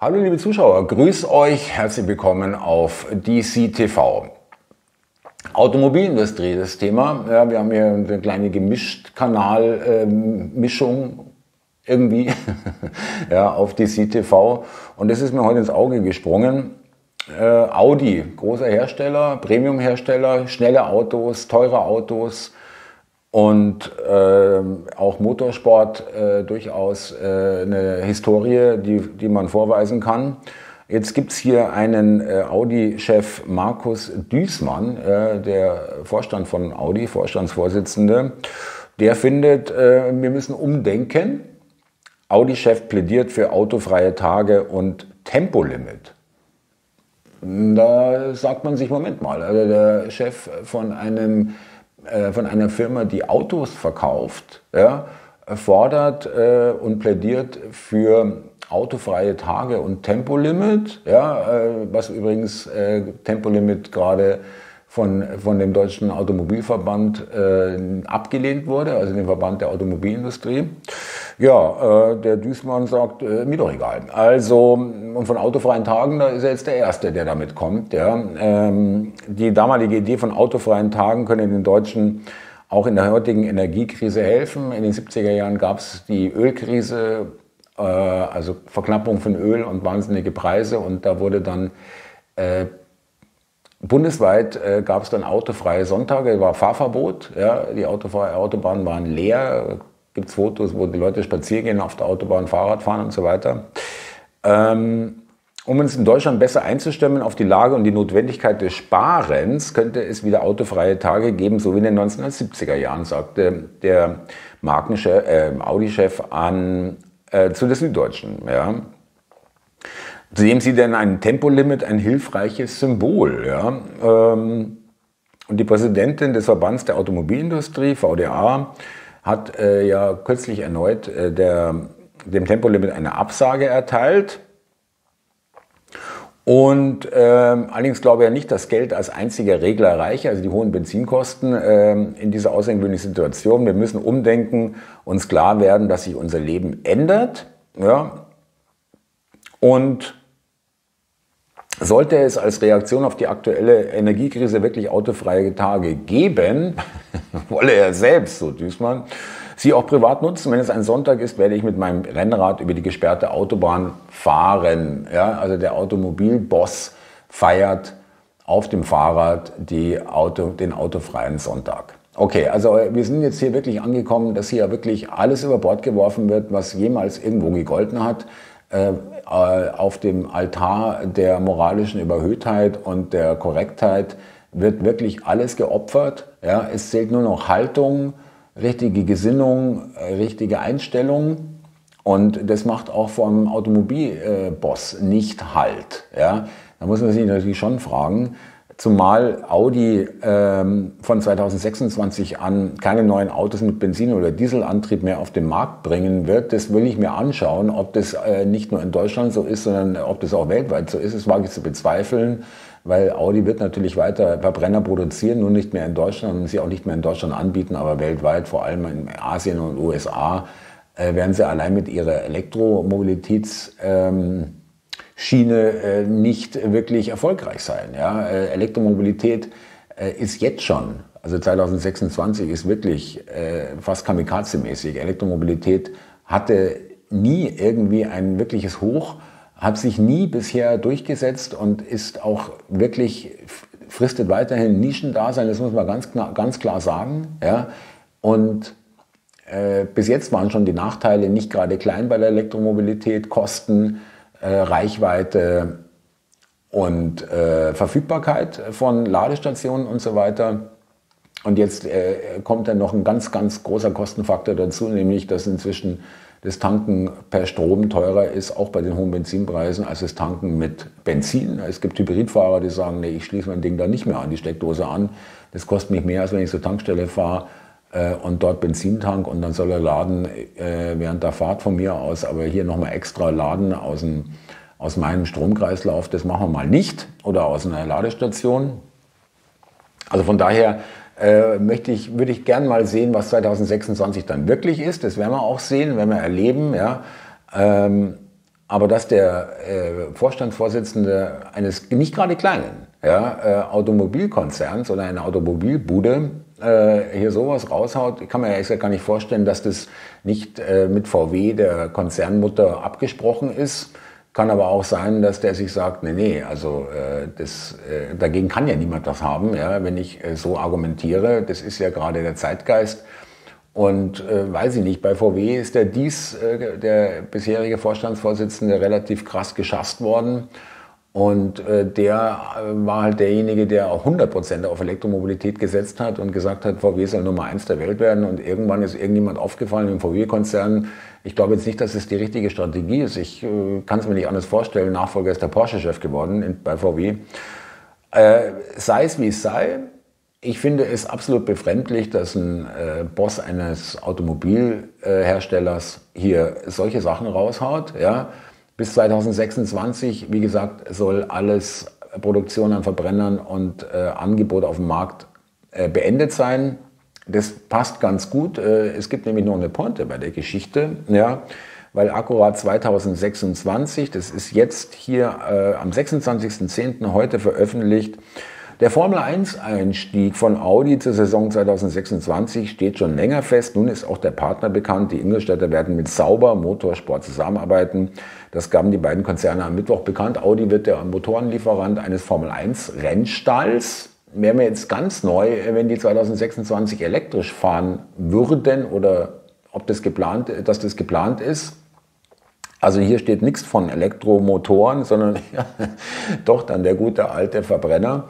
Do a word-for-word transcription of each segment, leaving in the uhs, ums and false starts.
Hallo liebe Zuschauer, grüß euch, herzlich willkommen auf D C T V. Grüß euch, herzlich willkommen auf D C T V. Automobilindustrie, das Thema. Ja, wir haben hier eine kleine Gemischt-Kanal-Mischung ähm, irgendwie ja, auf D C T V. Und das ist mir heute ins Auge gesprungen. Äh, Audi, großer Hersteller, Premium-Hersteller, schnelle Autos, teure Autos. Und äh, auch Motorsport äh, durchaus äh, eine Historie, die, die man vorweisen kann. Jetzt gibt es hier einen äh, Audi-Chef Markus Duesmann, äh, der Vorstand von Audi, Vorstandsvorsitzende, der findet, äh, wir müssen umdenken. Audi-Chef plädiert für autofreie Tage und Tempolimit. Da sagt man sich, Moment mal, also der Chef von einem von einer Firma, die Autos verkauft, ja, fordert äh, und plädiert für autofreie Tage und Tempolimit, ja, äh, was übrigens äh, Tempolimit gerade von, von dem Deutschen Automobilverband äh, abgelehnt wurde, also dem Verband der Automobilindustrie. Ja, äh, der Duesmann sagt, äh, mir doch egal. Also, und von autofreien Tagen, da ist er jetzt der Erste, der damit kommt. Ja. Ähm, die damalige Idee von autofreien Tagen können den Deutschen auch in der heutigen Energiekrise helfen. In den siebziger Jahren gab es die Ölkrise, äh, also Verknappung von Öl und wahnsinnige Preise. Und da wurde dann äh, bundesweit äh, gab es dann autofreie Sonntage, war Fahrverbot. Ja, die autofreie Autobahnen waren leer. Gibt es Fotos, wo die Leute spazieren gehen, auf der Autobahn Fahrrad fahren und so weiter. Ähm, um uns in Deutschland besser einzustimmen auf die Lage und die Notwendigkeit des Sparens, könnte es wieder autofreie Tage geben, so wie in den neunzehnhundertsiebziger Jahren, sagte der Markenchef, äh, Audi-Chef an, äh, zu der Süddeutschen. Ja. Zudem sieht er in einem Tempolimit ein hilfreiches Symbol. Ja. Ähm, und die Präsidentin des Verbands der Automobilindustrie, V D A, hat äh, ja kürzlich erneut äh, der, dem Tempolimit eine Absage erteilt. Und äh, allerdings glaube ich ja nicht, dass Geld als einziger Regler reiche, also die hohen Benzinkosten äh, in dieser außergewöhnlichen Situation. Wir müssen umdenken, uns klar werden, dass sich unser Leben ändert. Ja? Und sollte es als Reaktion auf die aktuelle Energiekrise wirklich autofreie Tage geben, wolle er selbst, so Duesmann, sie auch privat nutzen. Wenn es ein Sonntag ist, werde ich mit meinem Rennrad über die gesperrte Autobahn fahren. Ja, also der Automobilboss feiert auf dem Fahrrad die Auto, den autofreien Sonntag. Okay, also wir sind jetzt hier wirklich angekommen, dass hier wirklich alles über Bord geworfen wird, was jemals irgendwo gegolten hat. Auf dem Altar der moralischen Überhöhtheit und der Korrektheit wird wirklich alles geopfert. Ja, es zählt nur noch Haltung, richtige Gesinnung, richtige Einstellung. Und das macht auch vom Automobilboss nicht Halt. Ja, da muss man sich natürlich schon fragen, zumal Audi ähm, von zweitausendsechsundzwanzig an keine neuen Autos mit Benzin- oder Dieselantrieb mehr auf den Markt bringen wird. Das will ich mir anschauen, ob das äh, nicht nur in Deutschland so ist, sondern ob das auch weltweit so ist. Das wage ich zu bezweifeln, weil Audi wird natürlich weiter Verbrenner produzieren, nur nicht mehr in Deutschland und sie auch nicht mehr in Deutschland anbieten, aber weltweit, vor allem in Asien und U S A, äh, werden sie allein mit ihrer Elektromobilitäts... Ähm, Schiene äh, nicht wirklich erfolgreich sein. Ja? Äh, Elektromobilität äh, ist jetzt schon, also zweitausendsechsundzwanzig ist wirklich äh, fast kamikaze-mäßig. Elektromobilität hatte nie irgendwie ein wirkliches Hoch, hat sich nie bisher durchgesetzt und ist auch wirklich, fristet weiterhin Nischendasein, das muss man ganz, ganz klar sagen. Ja? Und äh, bis jetzt waren schon die Nachteile nicht gerade klein bei der Elektromobilität, Kosten, Äh, Reichweite und äh, Verfügbarkeit von Ladestationen und so weiter. Und jetzt äh, kommt dann noch ein ganz, ganz großer Kostenfaktor dazu, nämlich dass inzwischen das Tanken per Strom teurer ist, auch bei den hohen Benzinpreisen, als das Tanken mit Benzin. Es gibt Hybridfahrer, die sagen, nee, ich schließe mein Ding da nicht mehr an die Steckdose an. Das kostet mich mehr, als wenn ich zur Tankstelle fahre äh, und dort Benzin tank und dann soll er laden äh, während der Fahrt von mir aus, aber hier nochmal extra laden aus, dem, aus meinem Stromkreislauf, das machen wir mal nicht, oder aus einer Ladestation. Also von daher äh, möchte ich, würde ich gern mal sehen, was zweitausendsechsundzwanzig dann wirklich ist. Das werden wir auch sehen, werden wir erleben. Ja. Ähm, Aber dass der äh, Vorstandsvorsitzende eines nicht gerade kleinen ja, äh, Automobilkonzerns oder einer Automobilbude äh, hier sowas raushaut, kann man ja echt gar nicht vorstellen, dass das nicht äh, mit V W, der Konzernmutter, abgesprochen ist. Kann aber auch sein, dass der sich sagt, nee, nee, also äh, das, äh, dagegen kann ja niemand was haben, ja, wenn ich äh, so argumentiere. Das ist ja gerade der Zeitgeist. Und äh, weiß ich nicht, bei V W ist der Dies, äh, der bisherige Vorstandsvorsitzende, relativ krass geschasst worden. Und äh, der äh, war halt derjenige, der auch hundert Prozent auf Elektromobilität gesetzt hat und gesagt hat, V W soll Nummer eins der Welt werden. Und irgendwann ist irgendjemand aufgefallen im V W-Konzern. Ich glaube jetzt nicht, dass es die richtige Strategie ist. Ich äh, kann es mir nicht anders vorstellen. Nachfolger ist der Porsche-Chef geworden in, bei V W. Äh, sei es wie es sei. Ich finde es absolut befremdlich, dass ein äh, Boss eines Automobilherstellers äh, hier solche Sachen raushaut. Ja. Bis zweitausendsechsundzwanzig, wie gesagt, soll alles Produktion an Verbrennern und äh, Angebot auf dem Markt äh, beendet sein. Das passt ganz gut. Äh, es gibt nämlich noch eine Pointe bei der Geschichte, ja, weil akkurat zweitausendsechsundzwanzig, das ist jetzt hier äh, am sechsundzwanzigsten zehnten heute veröffentlicht, der Formel eins Einstieg von Audi zur Saison zweitausendsechsundzwanzig steht schon länger fest. Nun ist auch der Partner bekannt. Die Ingolstädter werden mit Sauber Motorsport zusammenarbeiten. Das gaben die beiden Konzerne am Mittwoch bekannt. Audi wird der Motorenlieferant eines Formel eins Rennstalls. Wäre mir jetzt ganz neu, wenn die zweitausendsechsundzwanzig elektrisch fahren würden oder ob das geplant, dass das geplant ist. Also hier steht nichts von Elektromotoren, sondern ja, doch dann der gute alte Verbrenner.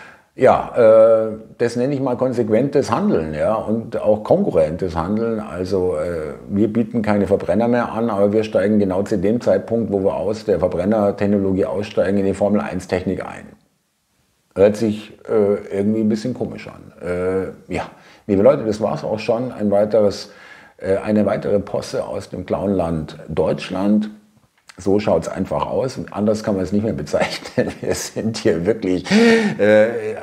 Ja, äh, das nenne ich mal konsequentes Handeln, ja, und auch konkurrentes Handeln. Also äh, wir bieten keine Verbrenner mehr an, aber wir steigen genau zu dem Zeitpunkt, wo wir aus der Verbrennertechnologie aussteigen, in die Formel eins Technik ein. Hört sich äh, irgendwie ein bisschen komisch an. Äh, ja, liebe Leute, das war's auch schon. Ein weiteres, äh, eine weitere Posse aus dem Clownland Deutschland. So schaut es einfach aus. Anders kann man es nicht mehr bezeichnen. Wir sind hier wirklich... Äh,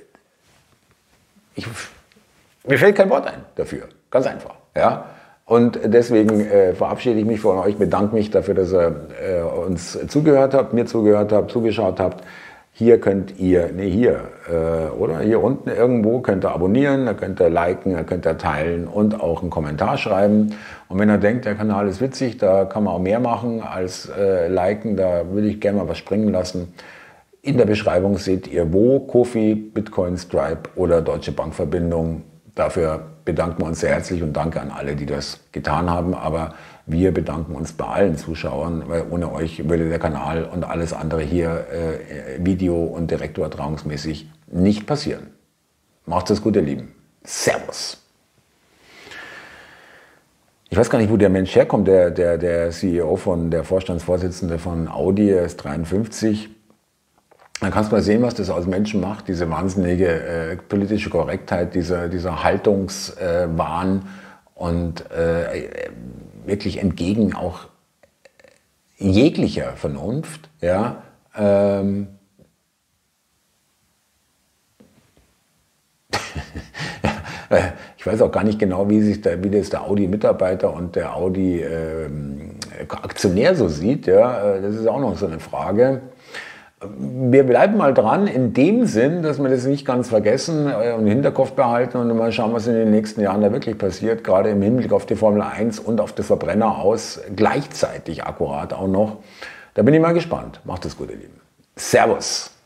ich, mir fällt kein Wort ein dafür. Ganz einfach. Ja? Und deswegen äh, verabschiede ich mich von euch, bedanke mich dafür, dass ihr äh, uns zugehört habt, mir zugehört habt, zugeschaut habt. Hier könnt ihr, nee hier, äh, oder hier unten irgendwo könnt ihr abonnieren, da könnt ihr liken, da könnt ihr teilen und auch einen Kommentar schreiben. Und wenn ihr denkt, der Kanal ist witzig, da kann man auch mehr machen als äh, liken, da würde ich gerne mal was springen lassen. In der Beschreibung seht ihr wo, Kofi, Bitcoin, Stripe oder Deutsche Bankverbindung. Dafür bedanken wir uns sehr herzlich und danke an alle, die das getan haben. Aber wir bedanken uns bei allen Zuschauern, weil ohne euch würde der Kanal und alles andere hier äh, video- und direktübertragungsmäßig nicht passieren. Macht es gut, ihr Lieben. Servus. Ich weiß gar nicht, wo der Mensch herkommt, der, der, der C E O von, der Vorstandsvorsitzende von Audi, er ist dreiundfünfzig. Dann kannst du mal sehen, was das aus Menschen macht, diese wahnsinnige äh, politische Korrektheit, dieser, dieser Haltungswahn äh, und äh, wirklich entgegen auch jeglicher Vernunft. Ja, ähm ich weiß auch gar nicht genau, wie, sich da, wie das der Audi-Mitarbeiter und der Audi-Aktionär äh, so sieht. Ja, das ist auch noch so eine Frage. Wir bleiben mal dran in dem Sinn, dass wir das nicht ganz vergessen und im Hinterkopf behalten und mal schauen, was in den nächsten Jahren da wirklich passiert, gerade im Hinblick auf die Formel eins und auf das Verbrenner aus, gleichzeitig akkurat auch noch. Da bin ich mal gespannt. Macht es gut, ihr Lieben. Servus.